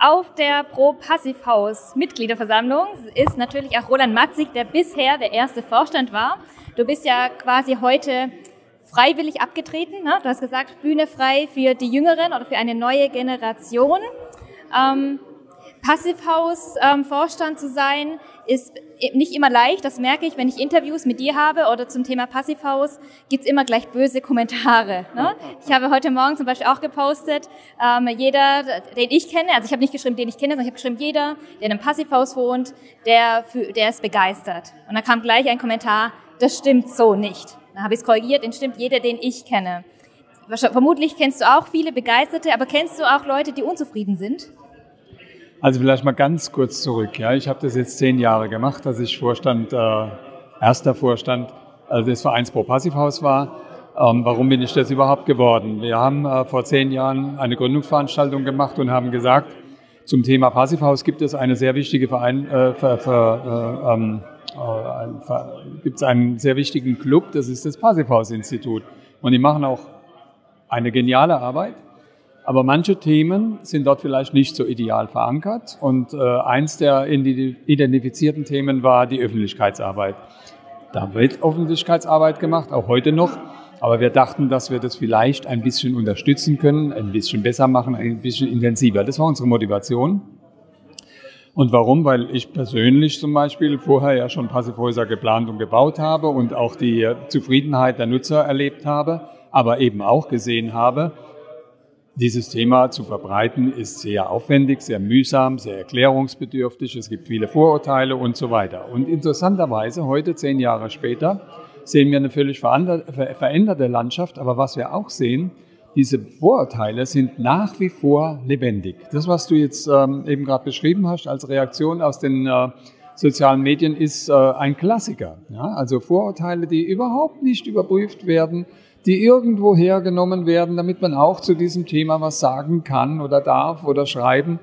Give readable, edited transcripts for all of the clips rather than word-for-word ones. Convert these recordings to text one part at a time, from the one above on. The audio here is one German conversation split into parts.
Auf der Pro-Passivhaus-Mitgliederversammlung ist natürlich auch Roland Matzig, der bisher der erste Vorstand war. Du bist ja quasi heute freiwillig abgetreten. Ne? Du hast gesagt, Bühne frei für die Jüngeren oder für eine neue Generation. Passivhaus-Vorstand zu sein, ist nicht immer leicht. Das merke ich, wenn ich Interviews mit dir habe oder zum Thema Passivhaus, gibt's immer gleich böse Kommentare. Ne? Ich habe heute Morgen zum Beispiel auch gepostet, jeder, den ich kenne, also ich habe nicht geschrieben, den ich kenne, sondern ich habe geschrieben, jeder, der in einem Passivhaus wohnt, der ist begeistert. Und dann kam gleich ein Kommentar, das stimmt so nicht. Dann habe ich es korrigiert, den stimmt jeder, den ich kenne. Vermutlich kennst du auch viele Begeisterte, aber kennst du auch Leute, die unzufrieden sind? Also vielleicht mal ganz kurz zurück. Ja, ich habe das jetzt 10 Jahre gemacht, dass ich erster Vorstand des Vereins Pro Passivhaus war. Warum bin ich das überhaupt geworden? Wir haben vor 10 Jahren eine Gründungsveranstaltung gemacht und haben gesagt, zum Thema Passivhaus gibt es eine sehr wichtige gibt es einen sehr wichtigen Club, das ist das Passivhaus-Institut. Und die machen auch eine geniale Arbeit. Aber manche Themen sind dort vielleicht nicht so ideal verankert. Und eins der identifizierten Themen war die Öffentlichkeitsarbeit. Da wird Öffentlichkeitsarbeit gemacht, auch heute noch. Aber wir dachten, dass wir das vielleicht ein bisschen unterstützen können, ein bisschen besser machen, ein bisschen intensiver. Das war unsere Motivation. Und warum? Weil ich persönlich zum Beispiel vorher ja schon Passivhäuser geplant und gebaut habe und auch die Zufriedenheit der Nutzer erlebt habe, aber eben auch gesehen habe, dieses Thema zu verbreiten ist sehr aufwendig, sehr mühsam, sehr erklärungsbedürftig. Es gibt viele Vorurteile und so weiter. Und interessanterweise, heute 10 Jahre später, sehen wir eine völlig veränderte Landschaft. Aber was wir auch sehen, diese Vorurteile sind nach wie vor lebendig. Das, was du jetzt eben gerade beschrieben hast als Reaktion aus den sozialen Medien, ist ein Klassiker. Ja? Also Vorurteile, die überhaupt nicht überprüft werden, die irgendwo hergenommen werden, damit man auch zu diesem Thema was sagen kann oder darf oder schreiben,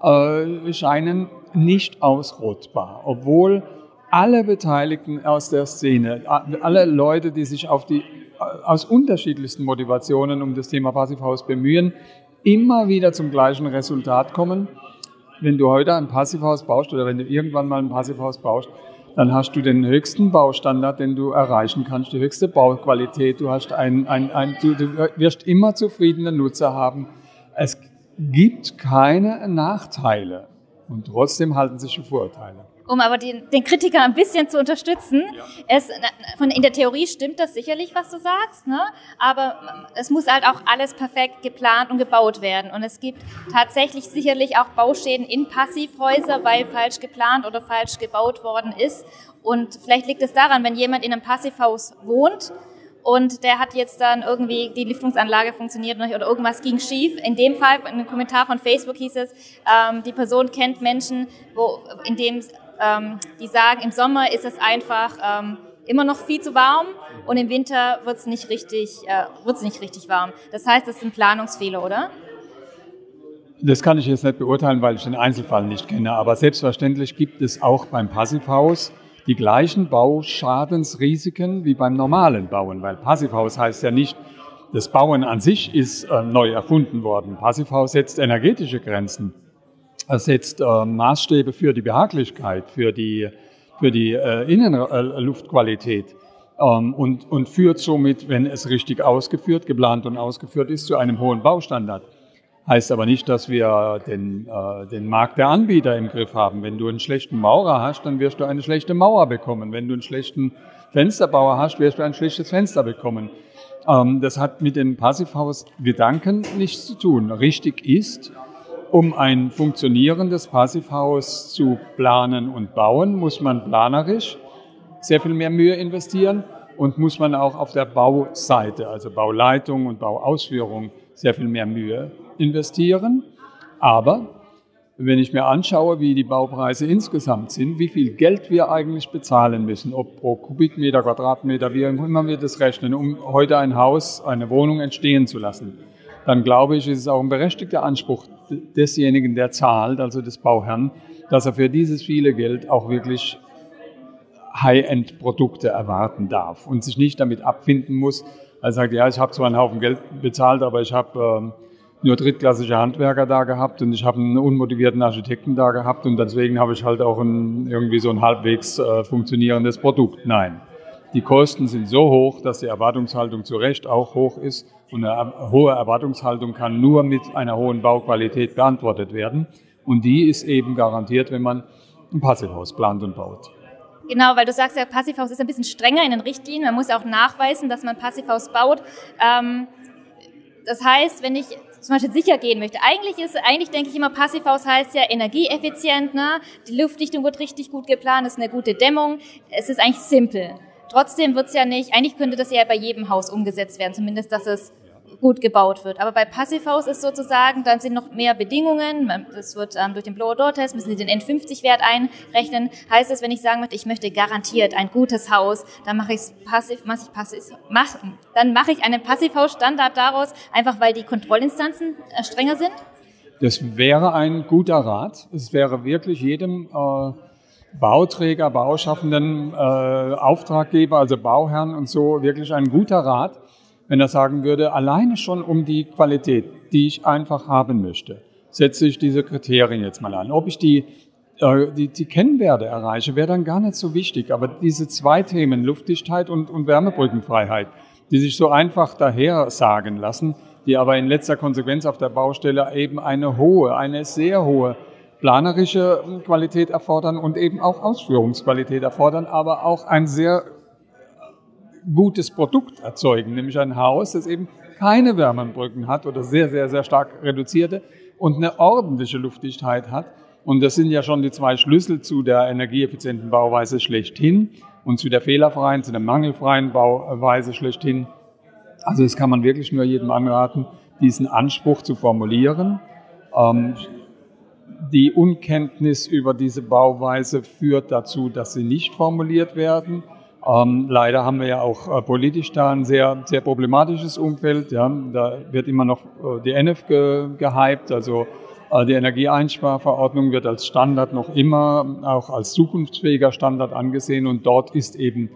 scheinen nicht ausrottbar. Obwohl alle Beteiligten aus der Szene, alle Leute, die sich aus unterschiedlichsten Motivationen um das Thema Passivhaus bemühen, immer wieder zum gleichen Resultat kommen. Wenn du heute ein Passivhaus baust oder wenn du irgendwann mal ein Passivhaus baust, dann hast du den höchsten Baustandard, den du erreichen kannst, die höchste Bauqualität. Du hast du wirst immer zufriedene Nutzer haben. Es gibt keine Nachteile und trotzdem halten sich die Vorurteile. Um aber den Kritiker ein bisschen zu unterstützen, ja. In der Theorie stimmt das sicherlich, was du sagst, ne? Aber es muss halt auch alles perfekt geplant und gebaut werden. Und es gibt tatsächlich sicherlich auch Bauschäden in Passivhäuser, weil falsch geplant oder falsch gebaut worden ist. Und vielleicht liegt es daran, wenn jemand in einem Passivhaus wohnt und der hat jetzt dann irgendwie, die Lüftungsanlage funktioniert nicht oder irgendwas ging schief. In dem Fall, in einem Kommentar von Facebook hieß es, die Person kennt Menschen, die sagen, im Sommer ist es einfach immer noch viel zu warm und im Winter wird's nicht richtig warm. Das heißt, das ist ein Planungsfehler, oder? Das kann ich jetzt nicht beurteilen, weil ich den Einzelfall nicht kenne. Aber selbstverständlich gibt es auch beim Passivhaus die gleichen Bauschadensrisiken wie beim normalen Bauen. Weil Passivhaus heißt ja nicht, das Bauen an sich ist neu erfunden worden. Passivhaus setzt energetische Grenzen. Es setzt Maßstäbe für die Behaglichkeit, für die Innenluftqualität und führt somit, wenn es richtig geplant und ausgeführt ist, zu einem hohen Baustandard. Heißt aber nicht, dass wir den Markt der Anbieter im Griff haben. Wenn du einen schlechten Maurer hast, dann wirst du eine schlechte Mauer bekommen. Wenn du einen schlechten Fensterbauer hast, wirst du ein schlechtes Fenster bekommen. Das hat mit den Passivhaus-Gedanken nichts zu tun. Richtig ist, um ein funktionierendes Passivhaus zu planen und bauen, muss man planerisch sehr viel mehr Mühe investieren und muss man auch auf der Bauseite, also Bauleitung und Bauausführung, sehr viel mehr Mühe investieren. Aber wenn ich mir anschaue, wie die Baupreise insgesamt sind, wie viel Geld wir eigentlich bezahlen müssen, ob pro Kubikmeter, Quadratmeter, wie immer wir das rechnen, um heute ein Haus, eine Wohnung entstehen zu lassen, dann glaube ich, ist es auch ein berechtigter Anspruch desjenigen, der zahlt, also des Bauherrn, dass er für dieses viele Geld auch wirklich High-End-Produkte erwarten darf und sich nicht damit abfinden muss. Er sagt, ja, ich habe zwar einen Haufen Geld bezahlt, aber ich habe nur drittklassige Handwerker da gehabt und ich habe einen unmotivierten Architekten da gehabt und deswegen habe ich halt auch irgendwie so ein halbwegs funktionierendes Produkt. Nein, die Kosten sind so hoch, dass die Erwartungshaltung zu Recht auch hoch ist und eine hohe Erwartungshaltung kann nur mit einer hohen Bauqualität beantwortet werden und die ist eben garantiert, wenn man ein Passivhaus plant und baut. Genau, weil du sagst ja, Passivhaus ist ein bisschen strenger in den Richtlinien. Man muss auch nachweisen, dass man Passivhaus baut. Das heißt, wenn ich zum Beispiel sicher gehen möchte, eigentlich denke ich immer, Passivhaus heißt ja energieeffizient, ne? Die Luftdichtung wird richtig gut geplant, ist eine gute Dämmung. Es ist eigentlich simpel. Trotzdem wird's ja nicht, eigentlich könnte das ja bei jedem Haus umgesetzt werden, zumindest, dass es gut gebaut wird. Aber bei Passivhaus ist sozusagen, dann sind noch mehr Bedingungen. Das wird durch den Blower-Door-Test, müssen Sie den N50-Wert einrechnen. Heißt es, wenn ich sagen möchte, ich möchte garantiert ein gutes Haus, dann mache ich einen Passivhaus-Standard daraus, einfach weil die Kontrollinstanzen strenger sind? Das wäre ein guter Rat. Es wäre wirklich jedem Bauträger, Bauschaffenden, Auftraggeber, also Bauherren und so, wirklich ein guter Rat, wenn er sagen würde, alleine schon um die Qualität, die ich einfach haben möchte, setze ich diese Kriterien jetzt mal an. Ob ich die Kennwerte erreiche, wäre dann gar nicht so wichtig. Aber diese zwei Themen, Luftdichtheit und Wärmebrückenfreiheit, die sich so einfach daher sagen lassen, die aber in letzter Konsequenz auf der Baustelle eben eine sehr hohe planerische Qualität erfordern und eben auch Ausführungsqualität erfordern, aber auch ein sehr gutes Produkt erzeugen, nämlich ein Haus, das eben keine Wärmebrücken hat oder sehr, sehr, sehr stark reduzierte und eine ordentliche Luftdichtheit hat. Und das sind ja schon die zwei Schlüssel zu der energieeffizienten Bauweise schlechthin und zu der fehlerfreien, zu der mangelfreien Bauweise schlechthin. Also das kann man wirklich nur jedem anraten, diesen Anspruch zu formulieren. Die Unkenntnis über diese Bauweise führt dazu, dass sie nicht formuliert werden. Leider haben wir ja auch politisch da ein sehr, sehr problematisches Umfeld. Ja. Da wird immer noch die ENEF gehypt, also die Energieeinsparverordnung wird als Standard noch immer auch als zukunftsfähiger Standard angesehen und dort sind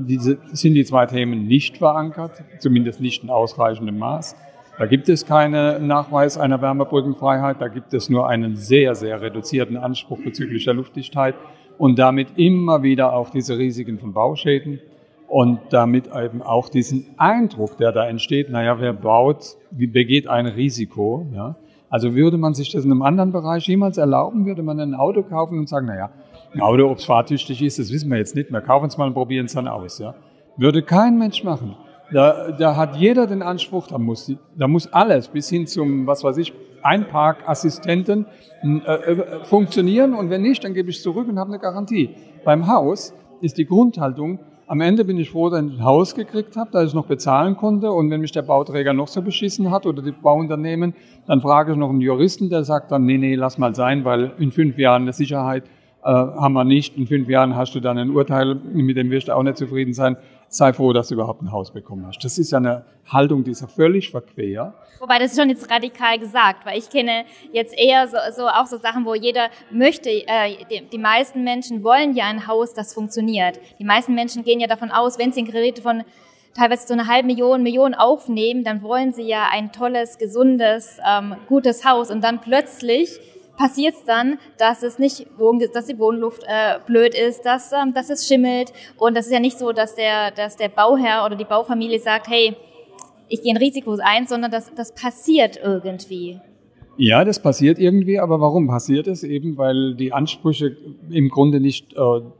die zwei Themen nicht verankert, zumindest nicht in ausreichendem Maß. Da gibt es keinen Nachweis einer Wärmebrückenfreiheit, da gibt es nur einen sehr, sehr reduzierten Anspruch bezüglich der Luftdichtheit und damit immer wieder auch diese Risiken von Bauschäden und damit eben auch diesen Eindruck, der da entsteht, naja, wer baut, begeht ein Risiko. Ja? Also würde man sich das in einem anderen Bereich jemals erlauben, würde man ein Auto kaufen und sagen, naja, ein Auto, ob es fahrtüchtig ist, das wissen wir jetzt nicht mehr, kaufen es mal und probieren es dann aus. Ja? Würde kein Mensch machen. Da hat jeder den Anspruch, da muss alles bis hin zum, was weiß ich, Einparkassistenten funktionieren und wenn nicht, dann gebe ich es zurück und habe eine Garantie. Beim Haus ist die Grundhaltung, am Ende bin ich froh, dass ich ein Haus gekriegt habe, dass ich es noch bezahlen konnte und wenn mich der Bauträger noch so beschissen hat oder die Bauunternehmen, dann frage ich noch einen Juristen, der sagt dann, nee, lass mal sein, weil in 5 Jahren eine Sicherheit haben wir nicht. In 5 Jahren hast du dann ein Urteil, mit dem wirst du auch nicht zufrieden sein. Sei froh, dass du überhaupt ein Haus bekommen hast. Das ist ja eine Haltung, die ist ja völlig verquer. Wobei, das ist schon jetzt radikal gesagt, weil ich kenne jetzt eher so Sachen, wo jeder möchte, die meisten Menschen wollen ja ein Haus, das funktioniert. Die meisten Menschen gehen ja davon aus, wenn sie einen Kredit von teilweise so 500.000 aufnehmen, dann wollen sie ja ein tolles, gesundes, gutes Haus und dann plötzlich passiert es dann, dass die Wohnluft blöd ist, dass es schimmelt und das ist ja nicht so, dass der Bauherr oder die Baufamilie sagt, hey, ich gehe ein Risiko ein, sondern das passiert irgendwie. Ja, das passiert irgendwie, aber warum passiert es? Eben, weil die Ansprüche im Grunde nicht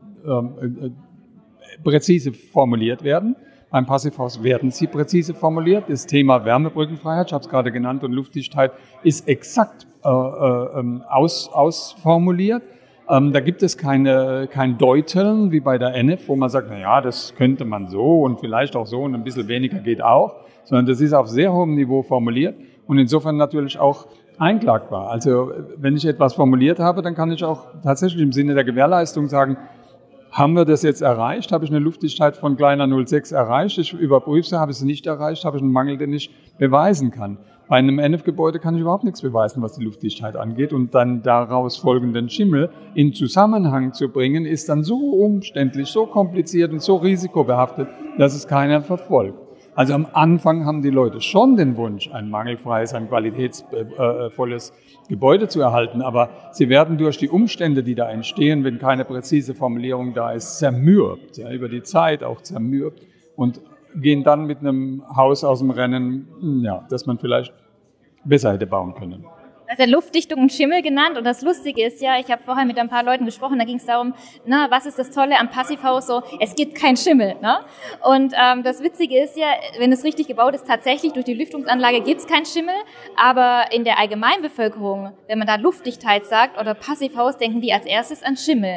präzise formuliert werden. Beim Passivhaus werden sie präzise formuliert. Das Thema Wärmebrückenfreiheit, ich habe es gerade genannt, und Luftdichtheit ist exakt ausformuliert. Da gibt es kein Deuteln wie bei der ENEF, wo man sagt, naja, das könnte man so und vielleicht auch so und ein bisschen weniger geht auch, sondern das ist auf sehr hohem Niveau formuliert und insofern natürlich auch einklagbar. Also wenn ich etwas formuliert habe, dann kann ich auch tatsächlich im Sinne der Gewährleistung sagen, haben wir das jetzt erreicht? Habe ich eine Luftdichtheit von kleiner 0,6 erreicht? Ich überprüfe sie, habe ich sie nicht erreicht? Habe ich einen Mangel, den ich beweisen kann? Bei einem ENEF-Gebäude kann ich überhaupt nichts beweisen, was die Luftdichtheit angeht. Und dann daraus folgenden Schimmel in Zusammenhang zu bringen, ist dann so umständlich, so kompliziert und so risikobehaftet, dass es keiner verfolgt. Also am Anfang haben die Leute schon den Wunsch, ein mangelfreies, ein qualitätsvolles Gebäude zu erhalten, aber sie werden durch die Umstände, die da entstehen, wenn keine präzise Formulierung da ist, zermürbt, ja, über die Zeit auch zermürbt und gehen dann mit einem Haus aus dem Rennen, ja, das man vielleicht besser hätte bauen können. Also Luftdichtung und Schimmel genannt und das Lustige ist ja, ich habe vorher mit ein paar Leuten gesprochen, da ging es darum, na, was ist das Tolle am Passivhaus, so, es gibt keinen Schimmel, ne? Und das Witzige ist ja, wenn es richtig gebaut ist, tatsächlich durch die Lüftungsanlage gibt es keinen Schimmel, aber in der Allgemeinbevölkerung, wenn man da Luftdichtheit sagt oder Passivhaus, denken die als erstes an Schimmel.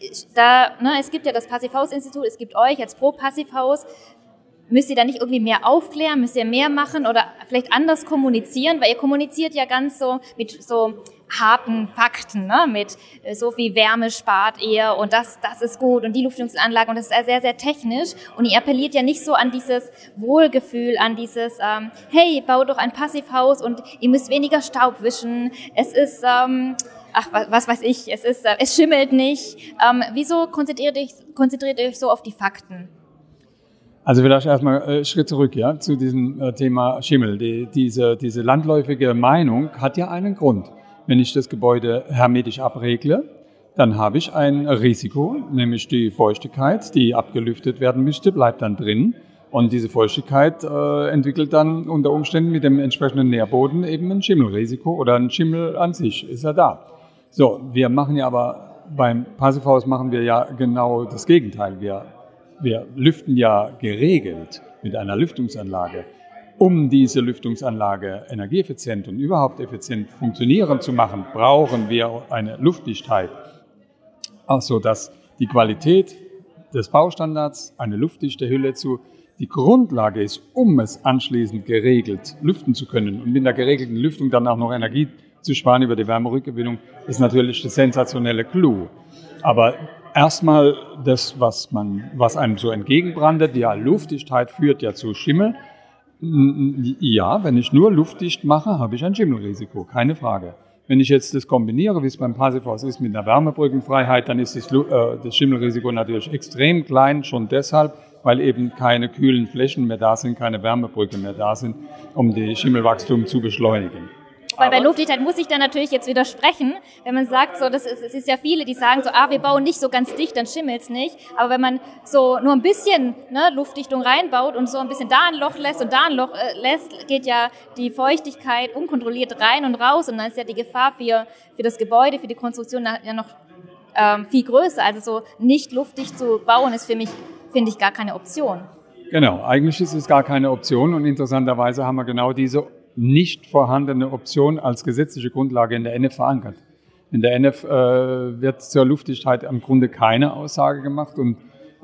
Es gibt ja das Passivhaus-Institut, es gibt euch als Pro-Passivhaus. Müsst ihr da nicht irgendwie mehr aufklären, müsst ihr mehr machen oder vielleicht anders kommunizieren, weil ihr kommuniziert ja ganz so mit so harten Fakten, ne? Mit so viel Wärme spart ihr und das ist gut und die Lüftungsanlage und das ist sehr, sehr technisch und ihr appelliert ja nicht so an dieses Wohlgefühl, an dieses, hey, baut doch ein Passivhaus und ihr müsst weniger Staub wischen, es ist, was weiß ich, es schimmelt nicht. Wieso konzentriert ihr euch so auf die Fakten? Also vielleicht erstmal einen Schritt zurück, ja, zu diesem Thema Schimmel. Diese landläufige Meinung hat ja einen Grund. Wenn ich das Gebäude hermetisch abregle, dann habe ich ein Risiko, nämlich die Feuchtigkeit, die abgelüftet werden müsste, bleibt dann drin. Und diese Feuchtigkeit entwickelt dann unter Umständen mit dem entsprechenden Nährboden eben ein Schimmelrisiko oder ein Schimmel an sich ist ja da. So, wir machen ja aber beim Passivhaus machen wir ja genau das Gegenteil. Wir lüften ja geregelt mit einer Lüftungsanlage. Um diese Lüftungsanlage energieeffizient und überhaupt effizient funktionieren zu machen, brauchen wir eine Luftdichtheit. Also dass die Qualität des Baustandards, eine luftdichte Hülle die Grundlage ist, um es anschließend geregelt lüften zu können. Und mit der geregelten Lüftung dann auch noch Energie zu sparen über die Wärmerückgewinnung, ist natürlich das sensationelle Clou. Aber erstmal das, was einem so entgegenbrandet, ja, Luftdichtheit führt ja zu Schimmel. Ja, wenn ich nur luftdicht mache, habe ich ein Schimmelrisiko, keine Frage. Wenn ich jetzt das kombiniere, wie es beim Passivhaus ist, mit einer Wärmebrückenfreiheit, dann ist das Schimmelrisiko natürlich extrem klein, schon deshalb, weil eben keine kühlen Flächen mehr da sind, keine Wärmebrücken mehr da sind, um das Schimmelwachstum zu beschleunigen. Weil bei Luftdichtheit muss ich dann natürlich jetzt widersprechen, wenn man sagt, so, es ist ja viele, die sagen so, wir bauen nicht so ganz dicht, dann schimmelt's nicht. Aber wenn man so nur ein bisschen Luftdichtung reinbaut und so ein bisschen da ein Loch lässt und da ein Loch lässt, geht ja die Feuchtigkeit unkontrolliert rein und raus und dann ist ja die Gefahr für das Gebäude, für die Konstruktion ja noch viel größer. Also so nicht luftdicht zu bauen ist für mich, finde ich, gar keine Option. Genau, eigentlich ist es gar keine Option und interessanterweise haben wir genau diese nicht vorhandene Option als gesetzliche Grundlage in der NF verankert. In der NF wird zur Luftdichtheit im Grunde keine Aussage gemacht und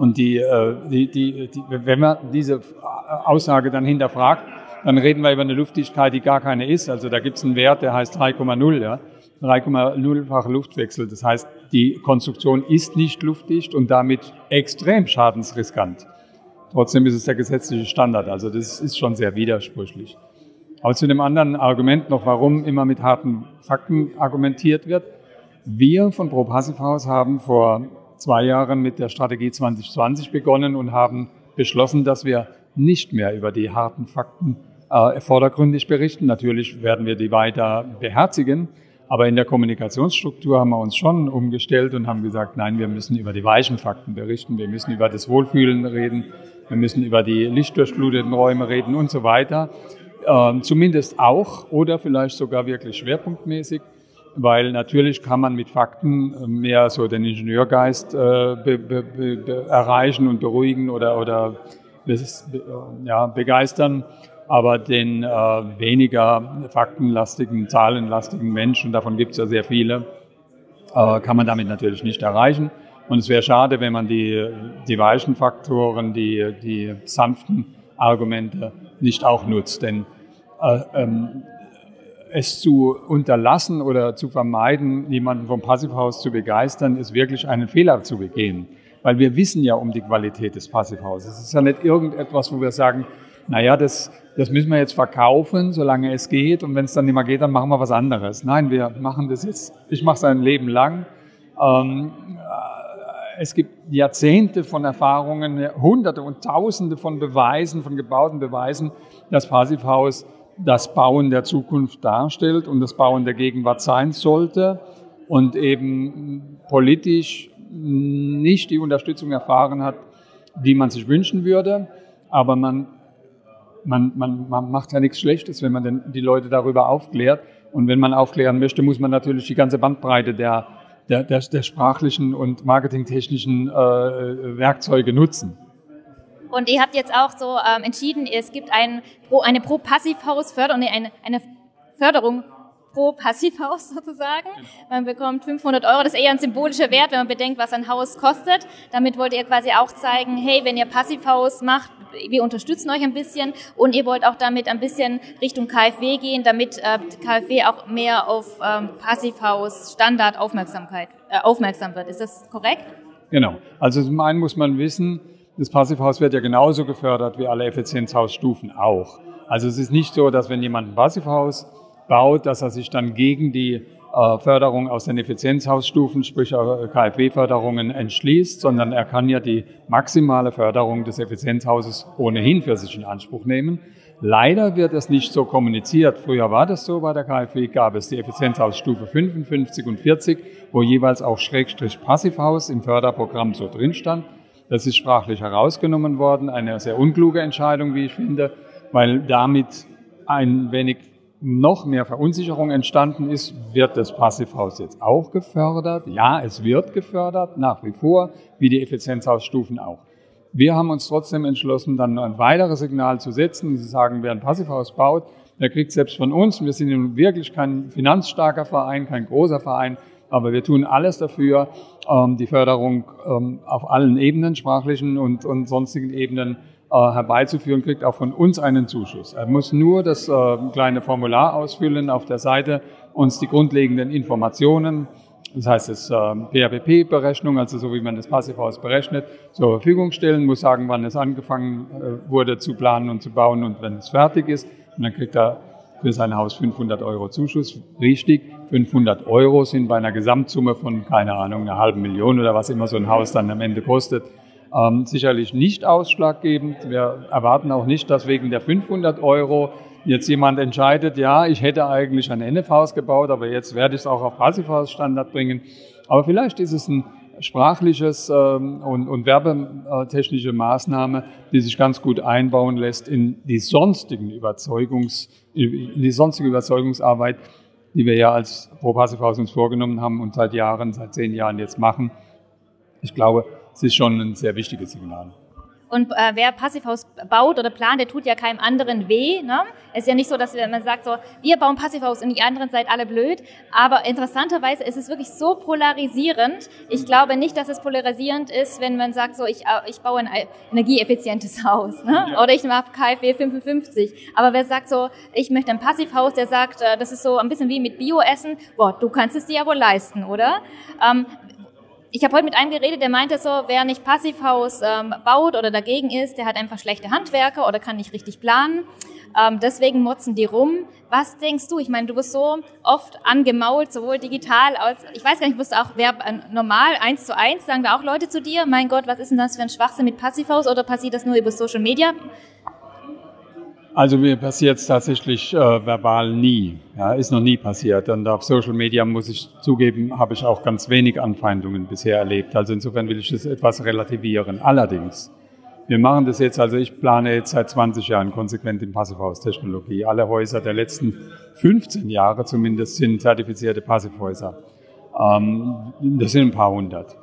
wenn man diese Aussage dann hinterfragt, dann reden wir über eine Luftdichtheit, die gar keine ist. Also da gibt es einen Wert, der heißt 3,0, ja, 3,0-fach Luftwechsel. Das heißt, die Konstruktion ist nicht luftdicht und damit extrem schadensriskant. Trotzdem ist es der gesetzliche Standard. Also das ist schon sehr widersprüchlich. Aber zu dem anderen Argument noch, warum immer mit harten Fakten argumentiert wird. Wir von Pro Passivhaus haben vor 2 Jahren mit der Strategie 2020 begonnen und haben beschlossen, dass wir nicht mehr über die harten Fakten vordergründig berichten. Natürlich werden wir die weiter beherzigen, aber in der Kommunikationsstruktur haben wir uns schon umgestellt und haben gesagt, nein, wir müssen über die weichen Fakten berichten, wir müssen über das Wohlfühlen reden, wir müssen über die lichtdurchfluteten Räume reden und so weiter. Zumindest auch oder vielleicht sogar wirklich schwerpunktmäßig, weil natürlich kann man mit Fakten mehr so den Ingenieurgeist erreichen und beruhigen oder begeistern, aber den weniger faktenlastigen, zahlenlastigen Menschen, davon gibt es ja sehr viele, kann man damit natürlich nicht erreichen. Und es wäre schade, wenn man die weichen Faktoren, die sanften Argumente nicht auch nutzt, denn es zu unterlassen oder zu vermeiden, jemanden vom Passivhaus zu begeistern, ist wirklich einen Fehler zu begehen. Weil wir wissen ja um die Qualität des Passivhauses. Es ist ja nicht irgendetwas, wo wir sagen, naja, das müssen wir jetzt verkaufen, solange es geht. Und wenn es dann nicht mehr geht, dann machen wir was anderes. Nein, wir machen das jetzt, ich mache es ein Leben lang. es gibt Jahrzehnte von Erfahrungen, Hunderte und Tausende von Beweisen, von gebauten Beweisen, dass Passivhaus das Bauen der Zukunft darstellt und das Bauen der Gegenwart sein sollte und eben politisch nicht die Unterstützung erfahren hat, die man sich wünschen würde. Aber man macht ja nichts Schlechtes, wenn man denn die Leute darüber aufklärt. Und wenn man aufklären möchte, muss man natürlich die ganze Bandbreite der sprachlichen und marketingtechnischen Werkzeuge nutzen. Und ihr habt jetzt auch so entschieden, es gibt eine Pro-Passivhaus-Förderung, eine Förderung pro Passivhaus sozusagen. Man bekommt 500 €, das ist eher ein symbolischer Wert, wenn man bedenkt, was ein Haus kostet. Damit wollt ihr quasi auch zeigen, hey, wenn ihr Passivhaus macht, wir unterstützen euch ein bisschen und ihr wollt auch damit ein bisschen Richtung KfW gehen, damit KfW auch mehr auf Passivhaus Standard aufmerksam wird. Ist das korrekt? Genau. Also zum einen muss man wissen, das Passivhaus wird ja genauso gefördert wie alle Effizienzhausstufen auch. Also es ist nicht so, dass wenn jemand ein Passivhaus baut, dass er sich dann gegen die Förderung aus den Effizienzhausstufen, sprich KfW-Förderungen, entschließt, sondern er kann ja die maximale Förderung des Effizienzhauses ohnehin für sich in Anspruch nehmen. Leider wird es nicht so kommuniziert. Früher war das so, bei der KfW gab es die Effizienzhausstufe 55 und 40, wo jeweils auch Schrägstrich Passivhaus im Förderprogramm so drin stand. Das ist sprachlich herausgenommen worden, eine sehr unkluge Entscheidung, wie ich finde, weil damit ein wenig noch mehr Verunsicherung entstanden ist. Wird das Passivhaus jetzt auch gefördert? Ja, es wird gefördert, nach wie vor, wie die Effizienzhausstufen auch. Wir haben uns trotzdem entschlossen, dann ein weiteres Signal zu setzen und zu sagen, wer ein Passivhaus baut, der kriegt selbst von uns, wir sind nun wirklich kein finanzstarker Verein, kein großer Verein, aber wir tun alles dafür, die Förderung auf allen Ebenen, sprachlichen und sonstigen Ebenen, herbeizuführen, kriegt auch von uns einen Zuschuss. Er muss nur das kleine Formular ausfüllen, auf der Seite uns die grundlegenden Informationen, das heißt das PHPP-Berechnung, also so wie man das Passivhaus berechnet, zur Verfügung stellen, muss sagen, wann es angefangen wurde zu planen und zu bauen und wenn es fertig ist. Und dann kriegt er für sein Haus 500 € Zuschuss. Richtig, 500 € sind bei einer Gesamtsumme von, keine Ahnung, einer halben Million oder was immer so ein Haus dann am Ende kostet, sicherlich nicht ausschlaggebend. Wir erwarten auch nicht, dass wegen der 500 € jetzt jemand entscheidet, ja, ich hätte eigentlich ein NF-Haus gebaut, aber jetzt werde ich es auch auf Passivhaus-Standard bringen. Aber vielleicht ist es ein sprachliches und werbetechnische Maßnahme, die sich ganz gut einbauen lässt in die sonstige Überzeugungsarbeit, die wir ja als Pro-Passivhaus uns vorgenommen haben und seit 10 Jahren jetzt machen. Ich glaube, es ist schon ein sehr wichtiges Signal. Und wer Passivhaus baut oder plant, der tut ja keinem anderen weh. Ne? Es ist ja nicht so, dass man sagt, so, wir bauen Passivhaus und die anderen seid alle blöd. Aber interessanterweise ist es wirklich so polarisierend. Ich glaube nicht, dass es polarisierend ist, wenn man sagt, so, ich baue ein energieeffizientes Haus. Ne? Ja. Oder ich mache KfW 55. Aber wer sagt so, ich möchte ein Passivhaus, der sagt, das ist so ein bisschen wie mit Bioessen. Boah, du kannst es dir ja wohl leisten, oder? Ich habe heute mit einem geredet, der meinte so, wer nicht Passivhaus baut oder dagegen ist, der hat einfach schlechte Handwerker oder kann nicht richtig planen. Deswegen motzen die rum. Was denkst du? Ich meine, du wirst so oft angemault, sowohl digital als, ich weiß gar nicht, wirst du auch normal 1:1, sagen da auch Leute zu dir, mein Gott, was ist denn das für ein Schwachsinn mit Passivhaus oder passiert das nur über Social Media? Also mir passiert es tatsächlich verbal nie. Ja, ist noch nie passiert. Und auf Social Media, muss ich zugeben, habe ich auch ganz wenig Anfeindungen bisher erlebt. Also insofern will ich das etwas relativieren. Allerdings, wir machen das jetzt, also ich plane jetzt seit 20 Jahren konsequent in Passivhaustechnologie. Alle Häuser der letzten 15 Jahre zumindest sind zertifizierte Passivhäuser. Das sind ein paar hundert.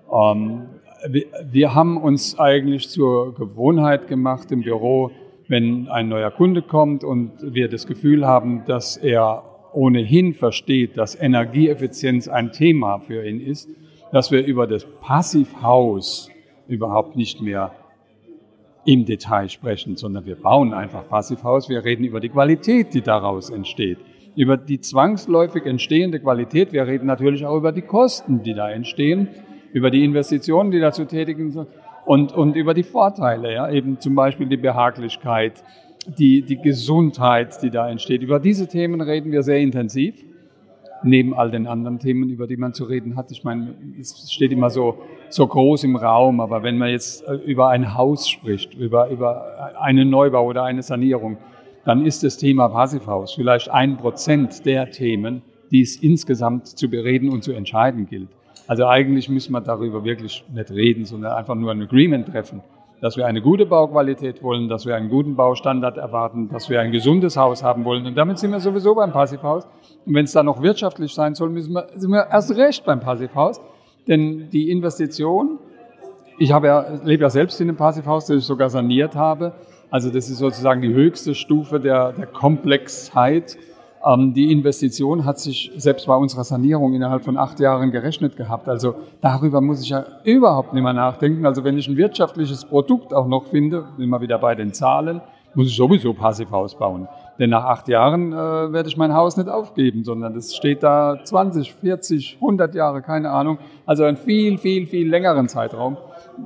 Wir haben uns eigentlich zur Gewohnheit gemacht im Büro, wenn ein neuer Kunde kommt und wir das Gefühl haben, dass er ohnehin versteht, dass Energieeffizienz ein Thema für ihn ist, dass wir über das Passivhaus überhaupt nicht mehr im Detail sprechen, sondern wir bauen einfach Passivhaus. Wir reden über die Qualität, die daraus entsteht, über die zwangsläufig entstehende Qualität. Wir reden natürlich auch über die Kosten, die da entstehen, über die Investitionen, die da zu tätigen sind. Und über die Vorteile, ja, eben zum Beispiel die Behaglichkeit, die Gesundheit, die da entsteht. Über diese Themen reden wir sehr intensiv. neben all den anderen Themen, über die man zu reden hat. Ich meine, es steht immer so groß im Raum, aber wenn man jetzt über ein Haus spricht, über einen Neubau oder eine Sanierung, dann ist das Thema Passivhaus vielleicht 1% der Themen, die es insgesamt zu bereden und zu entscheiden gilt. Also eigentlich müssen wir darüber wirklich nicht reden, sondern einfach nur ein Agreement treffen, dass wir eine gute Bauqualität wollen, dass wir einen guten Baustandard erwarten, dass wir ein gesundes Haus haben wollen. Und damit sind wir sowieso beim Passivhaus. Und wenn es dann noch wirtschaftlich sein soll, sind wir erst recht beim Passivhaus. Denn die Investition, ich lebe ja selbst in einem Passivhaus, das ich sogar saniert habe. Also das ist sozusagen die höchste Stufe der Komplexheit. Die Investition hat sich selbst bei unserer Sanierung innerhalb von 8 Jahren gerechnet gehabt. Also darüber muss ich ja überhaupt nicht mehr nachdenken. Also wenn ich ein wirtschaftliches Produkt auch noch finde, immer wieder bei den Zahlen, muss ich sowieso Passivhaus bauen. Denn nach 8 Jahren werde ich mein Haus nicht aufgeben, sondern das steht da 20, 40, 100 Jahre, keine Ahnung. Also einen viel, viel, viel längeren Zeitraum.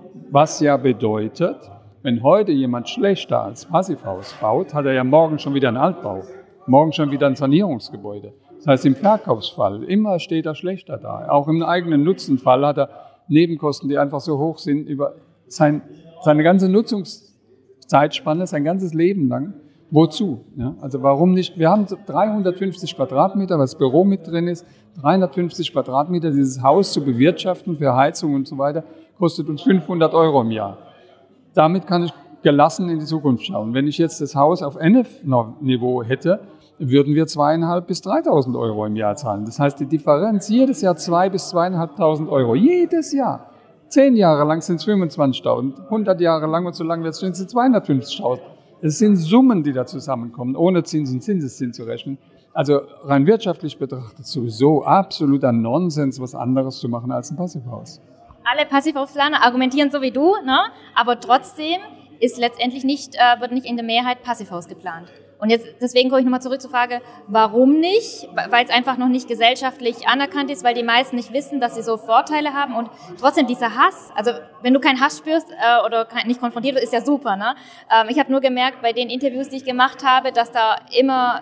Was ja bedeutet, wenn heute jemand schlechter als Passivhaus baut, hat er ja morgen schon wieder einen Altbau. Morgen schon wieder ein Sanierungsgebäude. Das heißt, im Verkaufsfall immer steht er schlechter da. Auch im eigenen Nutzenfall hat er Nebenkosten, die einfach so hoch sind, über seine ganze Nutzungszeitspanne, sein ganzes Leben lang. Wozu? Ja, also warum nicht? Wir haben 350 Quadratmeter, was das Büro mit drin ist. 350 Quadratmeter, dieses Haus zu bewirtschaften für Heizung und so weiter, kostet uns 500 € im Jahr. Damit kann ich gelassen in die Zukunft schauen. Wenn ich jetzt das Haus auf NF-Niveau hätte, würden wir 2.500 bis 3.000 € im Jahr zahlen. Das heißt, die Differenz jedes Jahr 2.000 bis 2.500 €. Jedes Jahr. 10 Jahre lang sind es 25.000, 100 Jahre lang und so lange wird es 250.000. Es sind Summen, die da zusammenkommen, ohne Zins und Zinseszins zu rechnen. Also rein wirtschaftlich betrachtet sowieso absoluter Nonsens, was anderes zu machen als ein Passivhaus. Alle Passivhausplaner argumentieren so wie du, ne? Aber trotzdem ist letztendlich wird nicht in der Mehrheit Passivhaus geplant. Und jetzt, deswegen komme ich nochmal zurück zur Frage, warum nicht? Weil es einfach noch nicht gesellschaftlich anerkannt ist, weil die meisten nicht wissen, dass sie so Vorteile haben und trotzdem dieser Hass, also wenn du keinen Hass spürst oder nicht konfrontiert wirst, ist ja super, ne? Ich habe nur gemerkt, bei den Interviews, die ich gemacht habe, dass da immer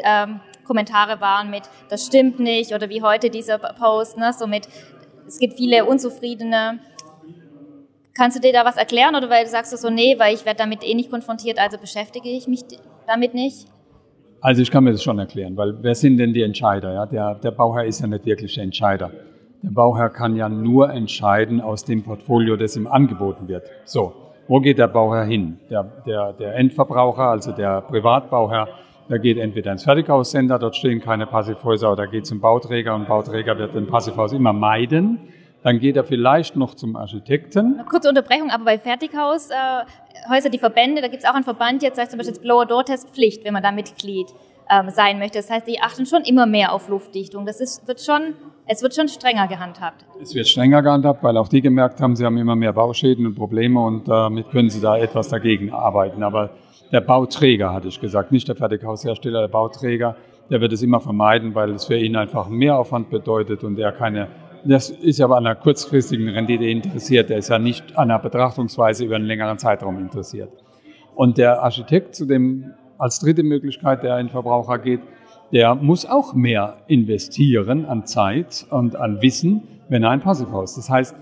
Kommentare waren mit, das stimmt nicht, oder wie heute dieser Post, ne? So mit, es gibt viele Unzufriedene. Kannst du dir da was erklären oder weil du sagst so, nee, weil ich werde damit nicht konfrontiert, also beschäftige ich mich damit nicht? Also ich kann mir das schon erklären, weil wer sind denn die Entscheider? Ja? Der Bauherr ist ja nicht wirklich der Entscheider. Der Bauherr kann ja nur entscheiden aus dem Portfolio, das ihm angeboten wird. So, wo geht der Bauherr hin? Der Endverbraucher, also der Privatbauherr, der geht entweder ins Fertighaussender, dort stehen keine Passivhäuser, oder geht zum Bauträger und Bauträger wird ein Passivhaus immer meiden. Dann geht er vielleicht noch zum Architekten. Eine kurze Unterbrechung, aber bei Fertighaushäuser, die Verbände, da gibt es auch einen Verband, jetzt sagt zum Beispiel Blower-Door-Test Pflicht, wenn man da Mitglied sein möchte. Das heißt, die achten schon immer mehr auf Luftdichtung. Es wird schon strenger gehandhabt. Es wird strenger gehandhabt, weil auch die gemerkt haben, sie haben immer mehr Bauschäden und Probleme und damit können sie da etwas dagegen arbeiten. Aber der Bauträger, hatte ich gesagt, nicht der Fertighaushersteller, der Bauträger, der wird es immer vermeiden, weil es für ihn einfach einen Mehraufwand bedeutet und das ist ja aber an einer kurzfristigen Rendite interessiert, der ist ja nicht an einer Betrachtungsweise über einen längeren Zeitraum interessiert. Und der Architekt, zu dem als dritte Möglichkeit der Endverbraucher geht, der muss auch mehr investieren an Zeit und an Wissen, wenn er ein Passivhaus. Das heißt,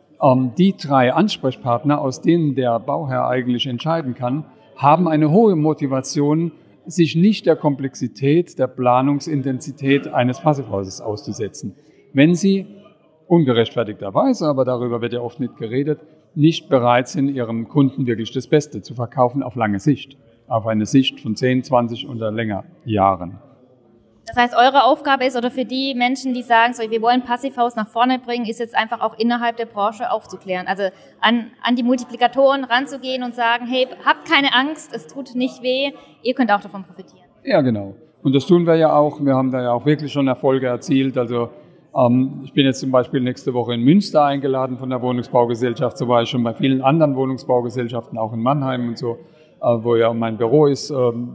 die 3 Ansprechpartner, aus denen der Bauherr eigentlich entscheiden kann, haben eine hohe Motivation, sich nicht der Komplexität, der Planungsintensität eines Passivhauses auszusetzen. Wenn sie ungerechtfertigterweise, aber darüber wird ja oft nicht geredet, nicht bereit sind, ihrem Kunden wirklich das Beste zu verkaufen auf lange Sicht. Auf eine Sicht von 10, 20 oder länger Jahren. Das heißt, eure Aufgabe ist, oder für die Menschen, die sagen, so, wir wollen Passivhaus nach vorne bringen, ist jetzt einfach auch innerhalb der Branche aufzuklären. Also an die Multiplikatoren ranzugehen und sagen, hey, habt keine Angst, es tut nicht weh, ihr könnt auch davon profitieren. Ja, genau. Und das tun wir ja auch. Wir haben da ja auch wirklich schon Erfolge erzielt. Also ich bin jetzt zum Beispiel nächste Woche in Münster eingeladen von der Wohnungsbaugesellschaft, so war ich schon bei vielen anderen Wohnungsbaugesellschaften, auch in Mannheim und so, wo ja mein Büro ist.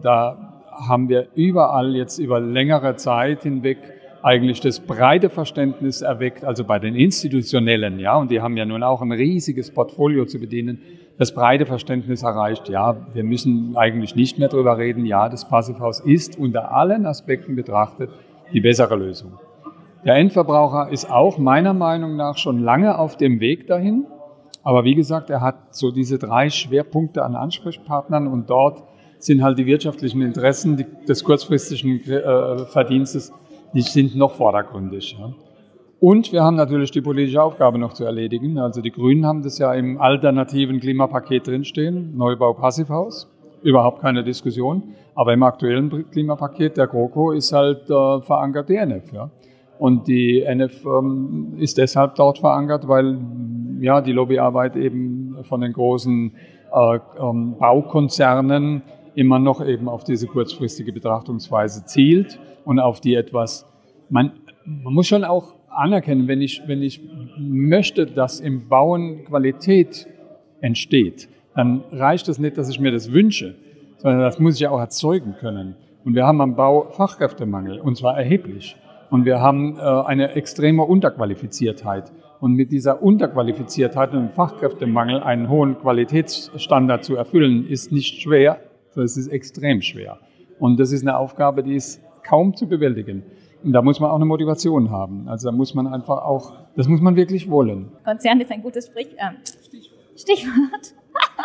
Da haben wir überall jetzt über längere Zeit hinweg eigentlich das breite Verständnis erweckt, also bei den Institutionellen, ja, und die haben ja nun auch ein riesiges Portfolio zu bedienen, das breite Verständnis erreicht, ja, wir müssen eigentlich nicht mehr drüber reden, ja, das Passivhaus ist unter allen Aspekten betrachtet die bessere Lösung. Der Endverbraucher ist auch meiner Meinung nach schon lange auf dem Weg dahin. Aber wie gesagt, er hat so diese 3 Schwerpunkte an Ansprechpartnern und dort sind halt die wirtschaftlichen Interessen des kurzfristigen Verdienstes, die sind noch vordergründig. Ja. Und wir haben natürlich die politische Aufgabe noch zu erledigen. Also die Grünen haben das ja im alternativen Klimapaket drinstehen, Neubau Passivhaus, überhaupt keine Diskussion. Aber im aktuellen Klimapaket der GroKo ist halt verankert die NF. Ja. Und die NF ist deshalb dort verankert, weil ja die Lobbyarbeit eben von den großen Baukonzernen immer noch eben auf diese kurzfristige Betrachtungsweise zielt und auf die etwas, man muss schon auch anerkennen, wenn ich möchte, dass im Bauen Qualität entsteht, dann reicht es nicht, dass ich mir das wünsche, sondern das muss ich auch erzeugen können. Und wir haben am Bau Fachkräftemangel, und zwar erheblich. Und wir haben eine extreme Unterqualifiziertheit. Und mit dieser Unterqualifiziertheit und dem Fachkräftemangel einen hohen Qualitätsstandard zu erfüllen, ist nicht schwer, sondern es ist extrem schwer. Und das ist eine Aufgabe, die ist kaum zu bewältigen. Und da muss man auch eine Motivation haben. Also da muss man einfach auch, das muss man wirklich wollen. Konzern ist ein gutes Stichwort.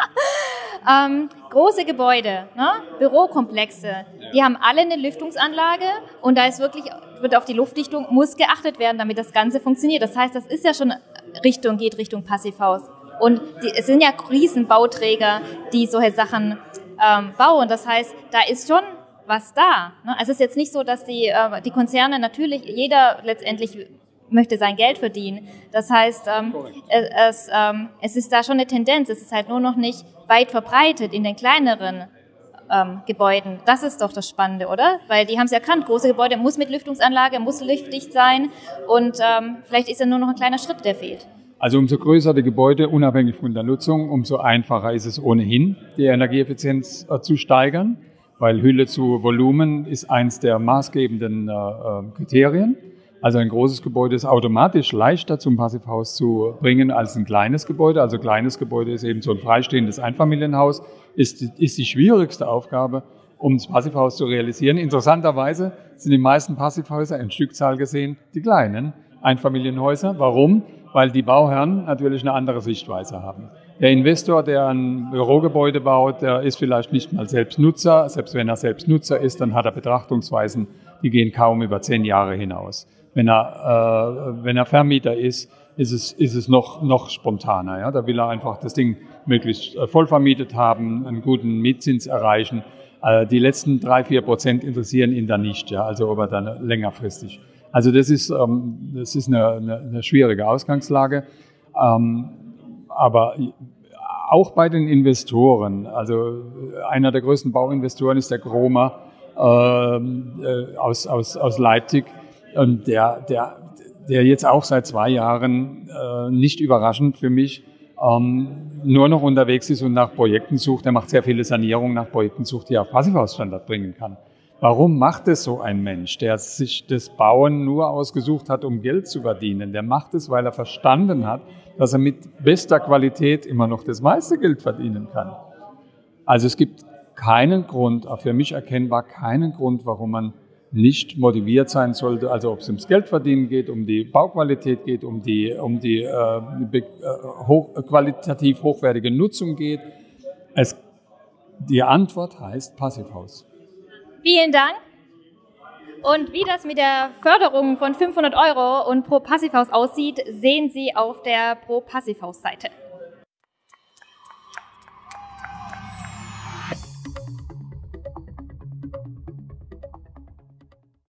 Große Gebäude, ne? Bürokomplexe, die haben alle eine Lüftungsanlage und da ist wirklich, wird auf die Luftdichtung, muss geachtet werden, damit das Ganze funktioniert. Das heißt, das ist ja schon geht Richtung Passivhaus. Und es sind ja Riesenbauträger, die solche Sachen bauen. Das heißt, da ist schon was da. Ne? Also es ist jetzt nicht so, dass die Konzerne natürlich, jeder letztendlich möchte sein Geld verdienen. Das heißt, es ist da schon eine Tendenz. Es ist halt nur noch nicht weit verbreitet in den kleineren Gebäuden. Das ist doch das Spannende, oder? Weil die haben es erkannt, große Gebäude muss mit Lüftungsanlage, muss luftdicht sein und vielleicht ist ja nur noch ein kleiner Schritt, der fehlt. Also umso größer die Gebäude, unabhängig von der Nutzung, umso einfacher ist es ohnehin, die Energieeffizienz zu steigern, weil Hülle zu Volumen ist eins der maßgebenden Kriterien. Also ein großes Gebäude ist automatisch leichter zum Passivhaus zu bringen als ein kleines Gebäude. Also ein kleines Gebäude ist eben so ein freistehendes Einfamilienhaus, ist die schwierigste Aufgabe, um das Passivhaus zu realisieren. Interessanterweise sind die meisten Passivhäuser in Stückzahl gesehen die kleinen Einfamilienhäuser. Warum? Weil die Bauherren natürlich eine andere Sichtweise haben. Der Investor, der ein Bürogebäude baut, der ist vielleicht nicht mal Selbstnutzer. Selbst wenn er Selbstnutzer ist, dann hat er Betrachtungsweisen, die gehen kaum über 10 Jahre hinaus. Wenn er Vermieter ist es noch spontaner. Ja? Da will er einfach das Ding möglichst voll vermietet haben, einen guten Mietzins erreichen. Die letzten 3-4% interessieren ihn dann nicht, ja? Also ob er dann längerfristig. Also das ist eine schwierige Ausgangslage. Aber auch bei den Investoren, also einer der größten Bauinvestoren ist der Gromer aus Leipzig, und der jetzt auch seit 2 Jahren, nicht überraschend für mich, nur noch unterwegs ist und nach Projekten sucht. Er macht sehr viele Sanierungen nach Projekten sucht, die er auf Passivhausstandard bringen kann. Warum macht es so ein Mensch, der sich das Bauen nur ausgesucht hat, um Geld zu verdienen? Der macht es, weil er verstanden hat, dass er mit bester Qualität immer noch das meiste Geld verdienen kann. Also es gibt keinen Grund, auch für mich erkennbar keinen Grund, warum man nicht motiviert sein sollte, also ob es ums Geldverdienen geht, um die Bauqualität geht, um die qualitativ hochwertige Nutzung geht. Die Antwort heißt Passivhaus. Vielen Dank. Und wie das mit der Förderung von 500 € und Pro Passivhaus aussieht, sehen Sie auf der Pro Passivhaus Seite.